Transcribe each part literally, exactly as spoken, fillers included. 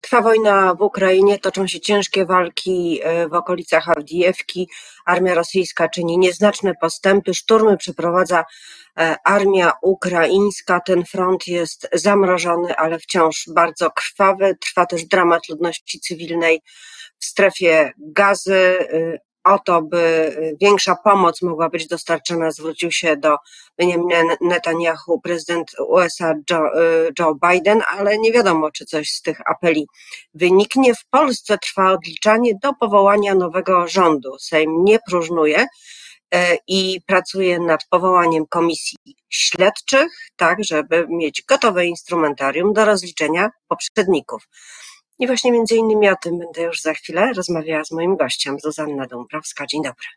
Trwa wojna w Ukrainie, toczą się ciężkie walki w okolicach Awdijewki. Armia rosyjska czyni nieznaczne postępy, szturmy przeprowadza armia ukraińska. Ten front jest zamrożony, ale wciąż bardzo krwawy. Trwa też dramat ludności cywilnej w strefie Gazy. O to, by większa pomoc mogła być dostarczona, zwrócił się do Benjamina Netanyahu prezydent U S A Joe, Joe Biden, ale nie wiadomo, czy coś z tych apeli wyniknie. W Polsce trwa odliczanie do powołania nowego rządu. Sejm nie próżnuje i pracuje nad powołaniem komisji śledczych, tak żeby mieć gotowe instrumentarium do rozliczenia poprzedników. I właśnie między innymi o tym będę już za chwilę rozmawiała z moim gościem, Zuzanna Dąbrowska. Dzień dobry.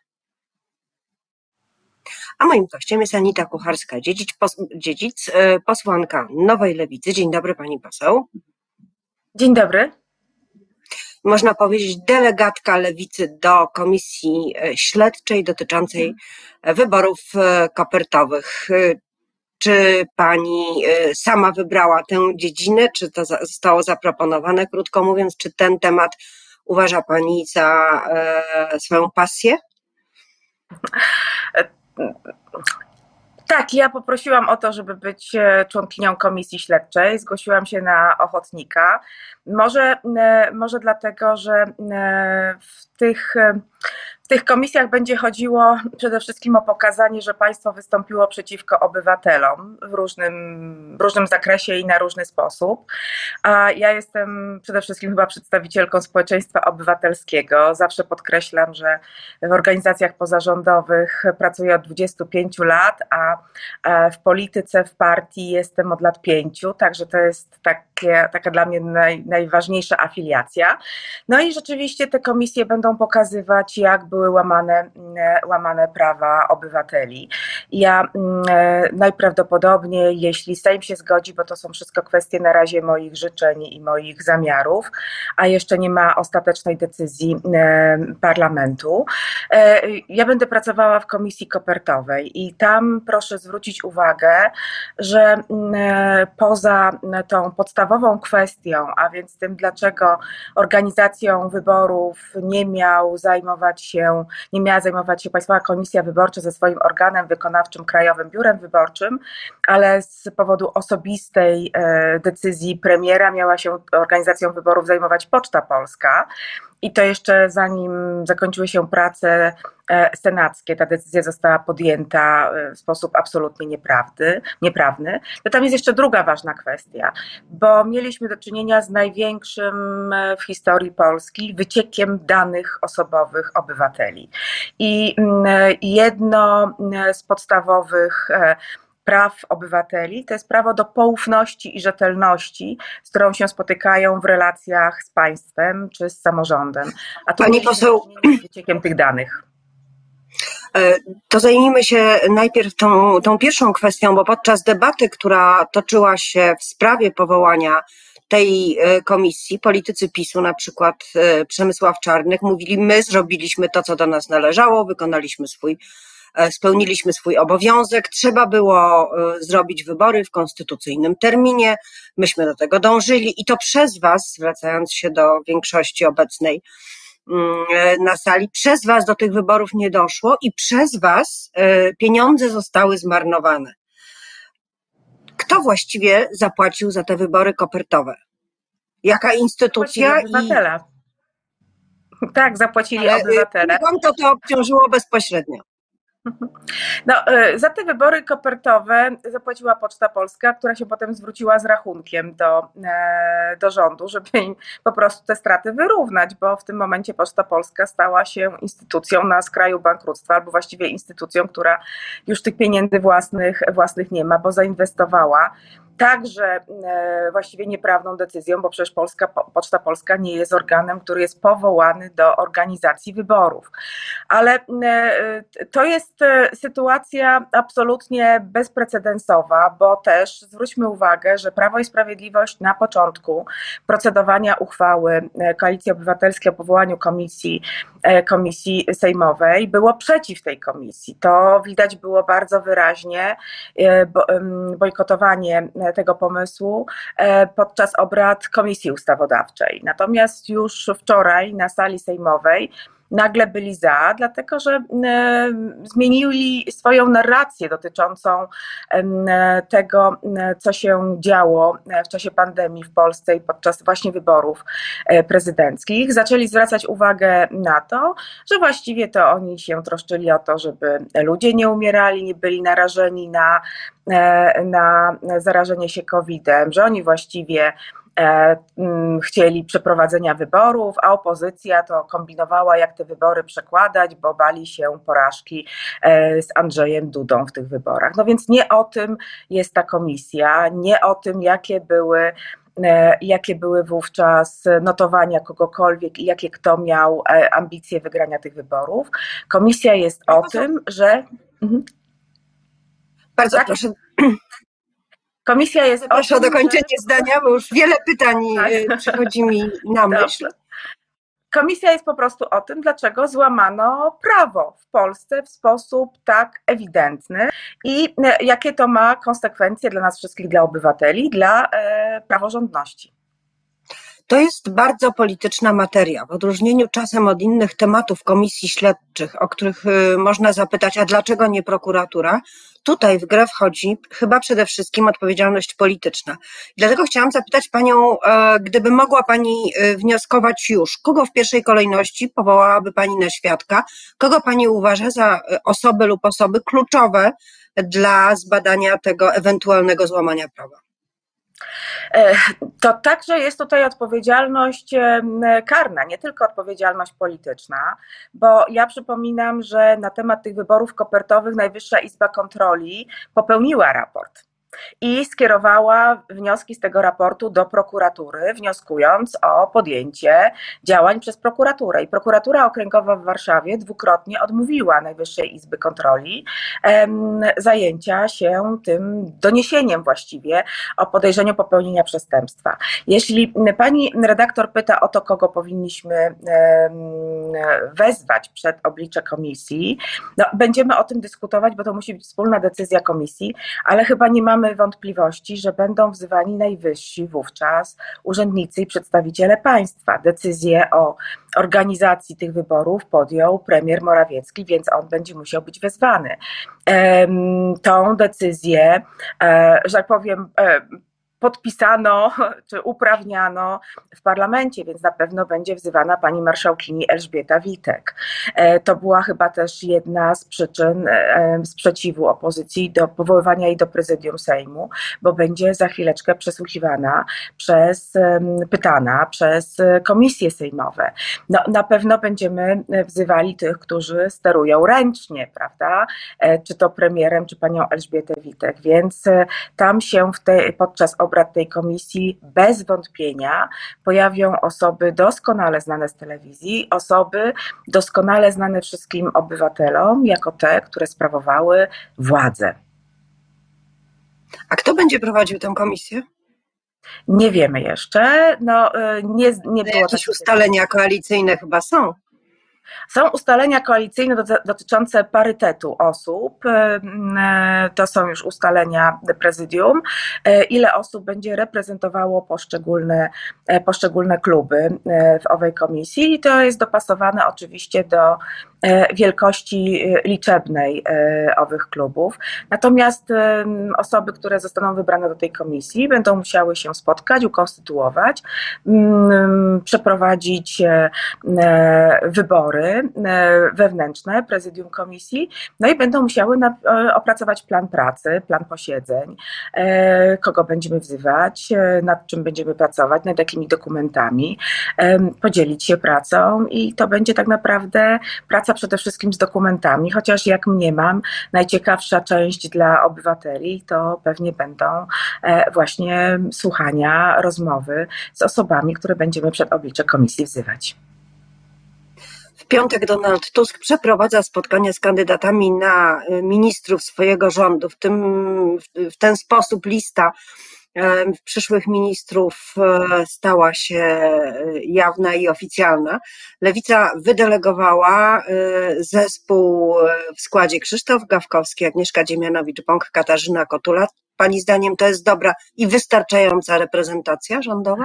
A moim gościem jest Anita Kucharska-Dziedzic, pos- Dziedzic, posłanka Nowej Lewicy. Dzień dobry, pani poseł. Dzień dobry. Można powiedzieć delegatka Lewicy do komisji śledczej dotyczącej wyborów kopertowych. Czy pani sama wybrała tę dziedzinę, czy to zostało zaproponowane? Krótko mówiąc, czy ten temat uważa pani za e, swoją pasję? Tak, ja poprosiłam o to, żeby być członkinią komisji śledczej. Zgłosiłam się na ochotnika. Może, może dlatego, że w tych, w tych komisjach będzie chodziło przede wszystkim o pokazanie, że państwo wystąpiło przeciwko obywatelom w różnym, w różnym zakresie i na różny sposób. A ja jestem przede wszystkim chyba przedstawicielką społeczeństwa obywatelskiego. Zawsze podkreślam, że w organizacjach pozarządowych pracuję od dwudziestu pięciu lat, a w polityce, w partii jestem od lat pięciu, także to jest takie, taka dla mnie naj, najważniejsza afiliacja. No i rzeczywiście te komisje będą pokazywać, jak były łamane, łamane prawa obywateli. Ja najprawdopodobniej, jeśli Sejm się zgodzi, bo to są wszystko kwestie na razie moich życzeń i moich zamiarów, a jeszcze nie ma ostatecznej decyzji parlamentu, ja będę pracowała w komisji kopertowej i tam proszę zwrócić uwagę, że poza tą podstawową kwestią, a więc tym, dlaczego organizacją wyborów nie miał zajmować się, nie miała zajmować się Państwowa Komisja Wyborcza ze swoim organem wykonawczym, Krajowym Biurem Wyborczym, ale z powodu osobistej decyzji premiera miała się organizacją wyborów zajmować Poczta Polska. I to jeszcze zanim zakończyły się prace senackie, ta decyzja została podjęta w sposób absolutnie nieprawdy, nieprawny. To tam jest jeszcze druga ważna kwestia, bo mieliśmy do czynienia z największym w historii Polski wyciekiem danych osobowych obywateli. I jedno z podstawowych praw obywateli to jest prawo do poufności i rzetelności, z którą się spotykają w relacjach z państwem czy z samorządem. A tu pani poseł, z wyciekiem tych danych. To zajmijmy się najpierw tą, tą pierwszą kwestią, bo podczas debaty, która toczyła się w sprawie powołania tej komisji, politycy PiSu, na przykład Przemysław Czarnek, mówili: my zrobiliśmy to, co do nas należało, wykonaliśmy swój spełniliśmy swój obowiązek, trzeba było zrobić wybory w konstytucyjnym terminie, myśmy do tego dążyli i to przez was, zwracając się do większości obecnej na sali, przez was do tych wyborów nie doszło i przez was pieniądze zostały zmarnowane. Kto właściwie zapłacił za te wybory kopertowe? Jaka instytucja? Obywatele. I... Tak, zapłacili ale obywatele. To to obciążyło bezpośrednio. No, za te wybory kopertowe zapłaciła Poczta Polska, która się potem zwróciła z rachunkiem do, do rządu, żeby im po prostu te straty wyrównać, bo w tym momencie Poczta Polska stała się instytucją na skraju bankructwa, albo właściwie instytucją, która już tych pieniędzy własnych, własnych nie ma, bo zainwestowała także właściwie nieprawną decyzją, bo przecież Polska, Poczta Polska nie jest organem, który jest powołany do organizacji wyborów. Ale to jest sytuacja absolutnie bezprecedensowa, bo też zwróćmy uwagę, że Prawo i Sprawiedliwość na początku procedowania uchwały Koalicji Obywatelskiej o powołaniu komisji, komisji sejmowej było przeciw tej komisji. To widać było bardzo wyraźnie, bojkotowanie tego pomysłu podczas obrad Komisji Ustawodawczej. Natomiast już wczoraj na sali sejmowej nagle byli za, dlatego że zmienili swoją narrację dotyczącą tego, co się działo w czasie pandemii w Polsce i podczas właśnie wyborów prezydenckich. Zaczęli zwracać uwagę na to, że właściwie to oni się troszczyli o to, żeby ludzie nie umierali, nie byli narażeni na, na zarażenie się kowidem, że oni właściwie chcieli przeprowadzenia wyborów, a opozycja to kombinowała, jak te wybory przekładać, bo bali się porażki z Andrzejem Dudą w tych wyborach. No więc nie o tym jest ta komisja, nie o tym, jakie były jakie były wówczas notowania kogokolwiek i jakie kto miał ambicje wygrania tych wyborów. Komisja jest o tym, że... Bardzo tak? proszę. Komisja jest Proszę o dokończenie że... zdania, bo już wiele pytań tak. przychodzi mi na myśl. Dobrze. Komisja jest po prostu o tym, dlaczego złamano prawo w Polsce w sposób tak ewidentny i jakie to ma konsekwencje dla nas wszystkich, dla obywateli, dla e, praworządności. To jest bardzo polityczna materia, w odróżnieniu czasem od innych tematów komisji śledczych, o których można zapytać, a dlaczego nie prokuratura? Tutaj w grę wchodzi chyba przede wszystkim odpowiedzialność polityczna. Dlatego chciałam zapytać Panią, gdyby mogła Pani wnioskować już, kogo w pierwszej kolejności powołałaby Pani na świadka, kogo Pani uważa za osoby lub osoby kluczowe dla zbadania tego ewentualnego złamania prawa? To także jest tutaj odpowiedzialność karna, nie tylko odpowiedzialność polityczna, bo ja przypominam, że na temat tych wyborów kopertowych Najwyższa Izba Kontroli popełniła raport i skierowała wnioski z tego raportu do prokuratury, wnioskując o podjęcie działań przez prokuraturę. I prokuratura okręgowa w Warszawie dwukrotnie odmówiła Najwyższej Izby Kontroli em, zajęcia się tym doniesieniem właściwie o podejrzeniu popełnienia przestępstwa. Jeśli pani redaktor pyta o to, kogo powinniśmy em, wezwać przed oblicze komisji, no, będziemy o tym dyskutować, bo to musi być wspólna decyzja komisji, ale chyba nie mamy wątpliwości, że będą wzywani najwyżsi wówczas urzędnicy i przedstawiciele państwa. Decyzję o organizacji tych wyborów podjął premier Morawiecki, więc on będzie musiał być wezwany. Tą decyzję, że tak powiem, podpisano czy uprawniano w parlamencie, więc na pewno będzie wzywana pani marszałkini Elżbieta Witek. To była chyba też jedna z przyczyn sprzeciwu opozycji do powoływania jej do prezydium Sejmu, bo będzie za chwileczkę przesłuchiwana przez, pytana przez komisje sejmowe. No, na pewno będziemy wzywali tych, którzy sterują ręcznie, prawda? Czy to premierem, czy panią Elżbietę Witek, więc tam się w tej, podczas obrad tej komisji bez wątpienia pojawią osoby doskonale znane z telewizji, osoby doskonale znane wszystkim obywatelom jako te, które sprawowały władzę. A kto będzie prowadził tę komisję? Nie wiemy jeszcze. No, nie, nie było jakieś ustalenia koalicyjne chyba są. Są ustalenia koalicyjne dotyczące parytetu osób, to są już ustalenia prezydium, ile osób będzie reprezentowało poszczególne, poszczególne kluby w owej komisji i to jest dopasowane oczywiście do wielkości liczebnej owych klubów. Natomiast osoby, które zostaną wybrane do tej komisji, będą musiały się spotkać, ukonstytuować, przeprowadzić wybory wewnętrzne prezydium komisji, no i będą musiały na, opracować plan pracy, plan posiedzeń, kogo będziemy wzywać, nad czym będziemy pracować, nad jakimi dokumentami, podzielić się pracą i to będzie tak naprawdę praca przede wszystkim z dokumentami, chociaż jak mniemam, najciekawsza część dla obywateli to pewnie będą właśnie słuchania, rozmowy z osobami, które będziemy przed oblicze komisji wzywać. W piątek Donald Tusk przeprowadza spotkanie z kandydatami na ministrów swojego rządu. W, tym, w ten sposób lista przyszłych ministrów stała się jawna i oficjalna. Lewica wydelegowała zespół w składzie Krzysztof Gawkowski, Agnieszka Dziemianowicz-Bąk, Katarzyna Kotula. pani zdaniem to jest dobra i wystarczająca reprezentacja rządowa?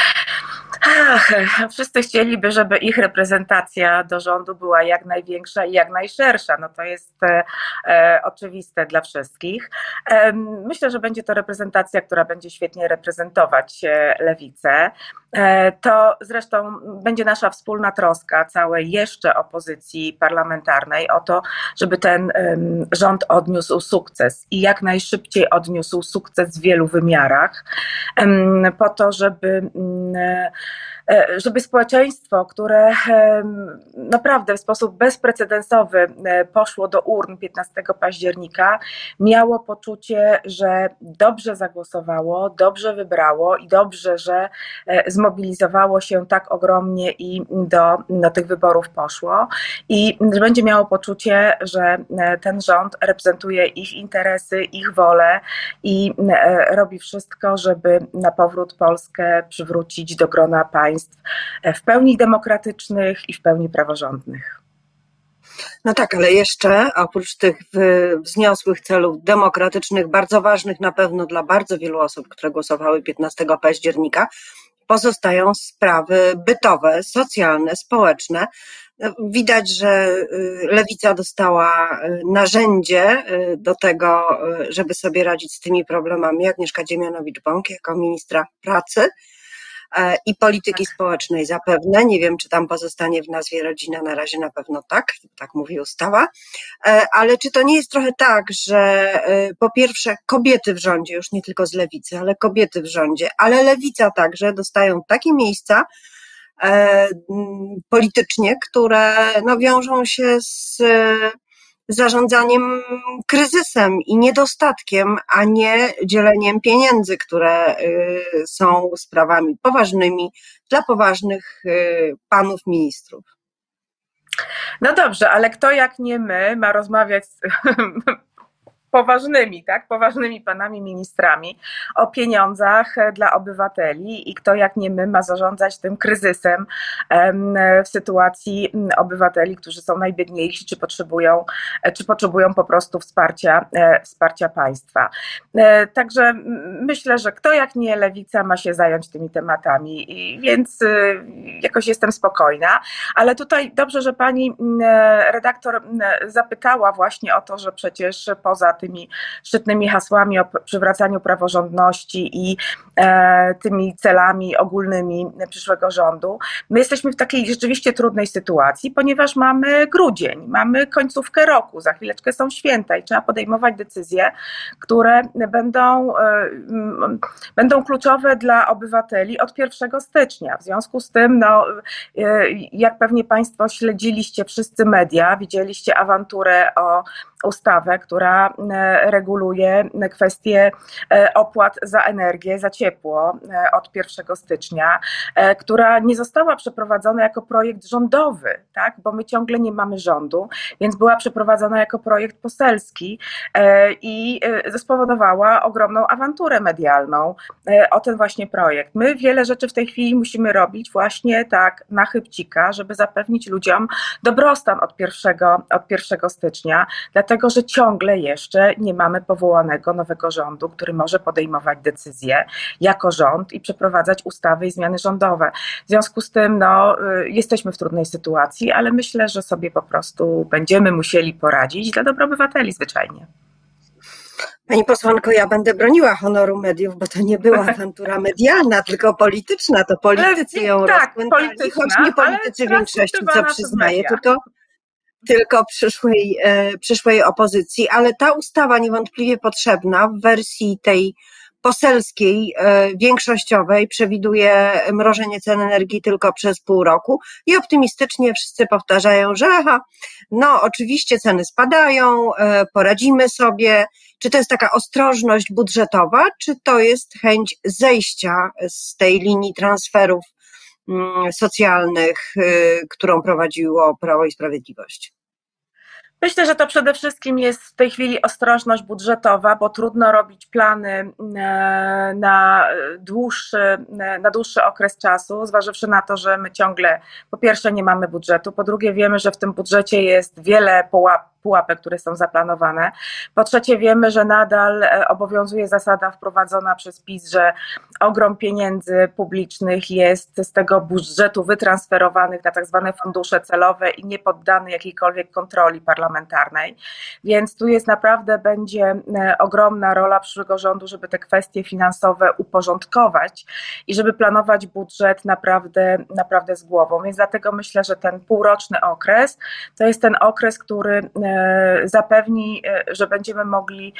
Ach, wszyscy chcieliby, żeby ich reprezentacja do rządu była jak największa i jak najszersza. No to jest e, e, oczywiste dla wszystkich. E, myślę, że będzie to reprezentacja, która będzie świetnie reprezentować e, lewicę. E, to zresztą będzie nasza wspólna troska całej jeszcze opozycji parlamentarnej o to, żeby ten e, rząd odniósł sukces i jak najszybciej odniósł sukces w wielu wymiarach, e, po to, żeby e, żeby społeczeństwo, które naprawdę w sposób bezprecedensowy poszło do urn piętnastego października, miało poczucie, że dobrze zagłosowało, dobrze wybrało i dobrze, że zmobilizowało się tak ogromnie i do, do tych wyborów poszło i że będzie miało poczucie, że ten rząd reprezentuje ich interesy, ich wolę i robi wszystko, żeby na powrót Polskę przywrócić do grona państw w pełni demokratycznych i w pełni praworządnych. No tak, ale jeszcze oprócz tych wzniosłych celów demokratycznych, bardzo ważnych na pewno dla bardzo wielu osób, które głosowały piętnastego października, pozostają sprawy bytowe, socjalne, społeczne. Widać, że lewica dostała narzędzie do tego, żeby sobie radzić z tymi problemami. Agnieszka Dziemianowicz-Bąk jako ministra pracy i polityki społecznej zapewne. Nie wiem, czy tam pozostanie w nazwie rodzina, na razie na pewno tak, tak mówi ustawa. Ale czy to nie jest trochę tak, że po pierwsze kobiety w rządzie, już nie tylko z lewicy, ale kobiety w rządzie, ale lewica także dostają takie miejsca politycznie, które no, wiążą się z zarządzaniem kryzysem i niedostatkiem, a nie dzieleniem pieniędzy, które są sprawami poważnymi dla poważnych panów ministrów. No dobrze, ale kto jak nie my ma rozmawiać z poważnymi, tak, poważnymi panami ministrami o pieniądzach dla obywateli i kto jak nie my ma zarządzać tym kryzysem w sytuacji obywateli, którzy są najbiedniejsi, czy potrzebują, czy potrzebują po prostu wsparcia, wsparcia państwa. Także myślę, że kto jak nie lewica ma się zająć tymi tematami, więc jakoś jestem spokojna, ale tutaj dobrze, że pani redaktor zapytała właśnie o to, że przecież poza tymi szczytnymi hasłami o przywracaniu praworządności i e, tymi celami ogólnymi przyszłego rządu. My jesteśmy w takiej rzeczywiście trudnej sytuacji, ponieważ mamy grudzień, mamy końcówkę roku, za chwileczkę są święta i trzeba podejmować decyzje, które będą, e, będą kluczowe dla obywateli od pierwszego stycznia. W związku z tym, no, e, jak pewnie Państwo śledziliście wszyscy media, widzieliście awanturę o ustawę, która reguluje kwestie opłat za energię, za ciepło od pierwszego stycznia, która nie została przeprowadzona jako projekt rządowy, tak? Bo my ciągle nie mamy rządu, więc była przeprowadzona jako projekt poselski i spowodowała ogromną awanturę medialną o ten właśnie projekt. My wiele rzeczy w tej chwili musimy robić właśnie tak na chybcika, żeby zapewnić ludziom dobrostan od pierwszego, od pierwszego stycznia, dlatego że ciągle jeszcze nie mamy powołanego nowego rządu, który może podejmować decyzje jako rząd i przeprowadzać ustawy i zmiany rządowe. W związku z tym no, jesteśmy w trudnej sytuacji, ale myślę, że sobie po prostu będziemy musieli poradzić dla dobra obywateli zwyczajnie. Pani posłanko, ja będę broniła honoru mediów, bo to nie była awantura medialna, tylko polityczna, to politycy ją ale, tak, rozpętali, choć nie politycy większości, co przyznaję, tylko tylko przyszłej, przyszłej opozycji, ale ta ustawa niewątpliwie potrzebna w wersji tej poselskiej, większościowej przewiduje mrożenie cen energii tylko przez pół roku i optymistycznie wszyscy powtarzają, że aha, no oczywiście ceny spadają, poradzimy sobie. Czy to jest taka ostrożność budżetowa, czy to jest chęć zejścia z tej linii transferów socjalnych, którą prowadziło Prawo i Sprawiedliwość? Myślę, że to przede wszystkim jest w tej chwili ostrożność budżetowa, bo trudno robić plany na dłuższy, na dłuższy okres czasu, zważywszy na to, że my ciągle po pierwsze nie mamy budżetu, po drugie wiemy, że w tym budżecie jest wiele pułap, pułapek, które są zaplanowane. Po trzecie wiemy, że nadal obowiązuje zasada wprowadzona przez PiS, że ogrom pieniędzy publicznych jest z tego budżetu wytransferowanych na tak zwane fundusze celowe i nie poddany jakiejkolwiek kontroli parlamentarnej. Więc tu jest naprawdę, będzie ogromna rola przyszłego rządu, żeby te kwestie finansowe uporządkować i żeby planować budżet naprawdę, naprawdę z głową. Więc dlatego myślę, że ten półroczny okres to jest ten okres, który zapewni, że będziemy mogli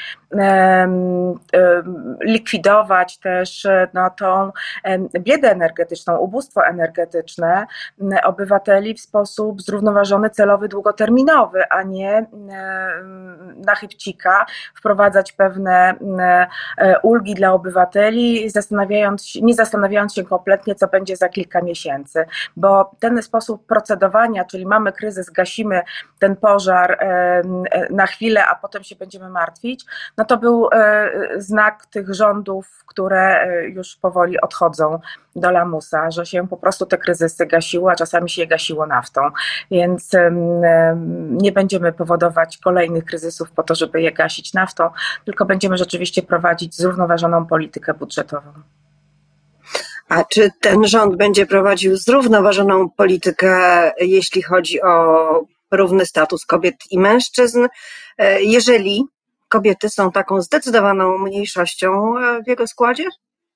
likwidować też no, tą biedę energetyczną, ubóstwo energetyczne obywateli w sposób zrównoważony, celowy, długoterminowy, a nie na chybcika wprowadzać pewne ulgi dla obywateli, zastanawiając, nie zastanawiając się kompletnie, co będzie za kilka miesięcy, bo ten sposób procedowania, czyli mamy kryzys, gasimy ten pożar na chwilę, a potem się będziemy martwić, no to był znak tych rządów, które już powoli odchodzą do lamusa, że się po prostu te kryzysy gasiło, a czasami się je gasiło naftą, więc nie będziemy powodować kolejnych kryzysów po to, żeby je gasić naftą, tylko będziemy rzeczywiście prowadzić zrównoważoną politykę budżetową. A czy ten rząd będzie prowadził zrównoważoną politykę, jeśli chodzi o równy status kobiet i mężczyzn, jeżeli kobiety są taką zdecydowaną mniejszością w jego składzie?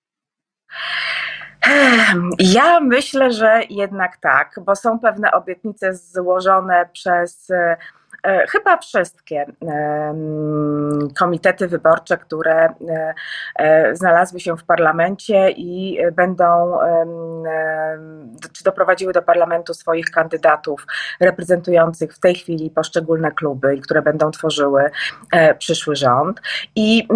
Ja myślę, że jednak tak, bo są pewne obietnice złożone przez chyba wszystkie komitety wyborcze, które znalazły się w parlamencie i będą, czy doprowadziły do parlamentu swoich kandydatów reprezentujących w tej chwili poszczególne kluby, które będą tworzyły przyszły rząd. I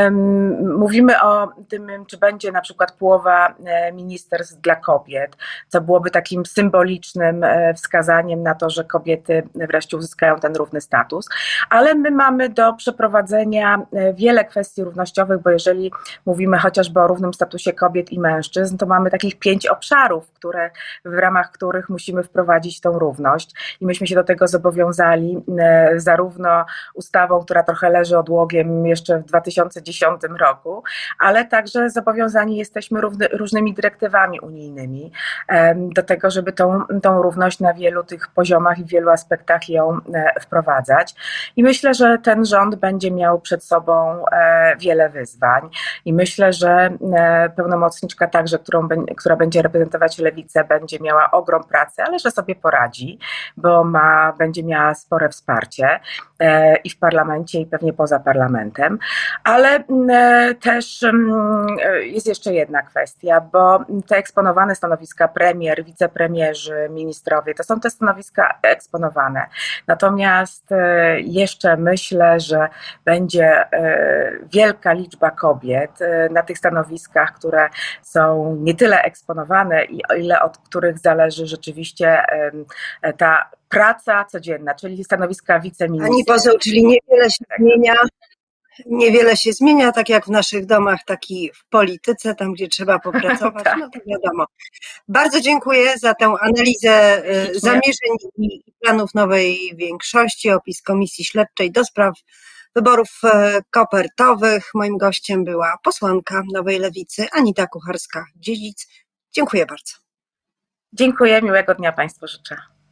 mówimy o tym, czy będzie na przykład połowa ministerstw dla kobiet, co byłoby takim symbolicznym wskazaniem na to, że kobiety wreszcie uzyskają ten równy status, ale my mamy do przeprowadzenia wiele kwestii równościowych, bo jeżeli mówimy chociażby o równym statusie kobiet i mężczyzn, to mamy takich pięć obszarów, które, w ramach których musimy wprowadzić tą równość i myśmy się do tego zobowiązali zarówno ustawą, która trochę leży odłogiem jeszcze w dwa tysiące dziesiątym roku, ale także zobowiązani jesteśmy równy, różnymi dyrektywami unijnymi do tego, żeby tą, tą równość na wielu tych poziomach i w wielu aspektach ją wprowadzać. I myślę, że ten rząd będzie miał przed sobą wiele wyzwań i myślę, że pełnomocniczka także, którą, która będzie reprezentować lewicę, będzie miała ogrom pracy, ale że sobie poradzi, bo ma, będzie miała spore wsparcie i w parlamencie, i pewnie poza parlamentem, ale też jest jeszcze jedna kwestia, bo te eksponowane stanowiska premier, wicepremierzy, ministrowie, to są te stanowiska eksponowane. Natomiast jeszcze myślę, że będzie wielka liczba kobiet na tych stanowiskach, które są nie tyle eksponowane, ile od których zależy rzeczywiście ta praca codzienna, czyli stanowiska wiceministra. Pani poseł, czyli niewiele się zmienia, niewiele się zmienia, tak jak w naszych domach, tak i w polityce, tam gdzie trzeba popracować, Tak. No to wiadomo. Bardzo dziękuję za tę analizę Ślicznie. zamierzeń i planów nowej większości, opis Komisji Śledczej do spraw wyborów kopertowych. Moim gościem była posłanka Nowej Lewicy Anita Kucharska-Dziedzic. Dziękuję bardzo. Dziękuję, miłego dnia Państwu życzę.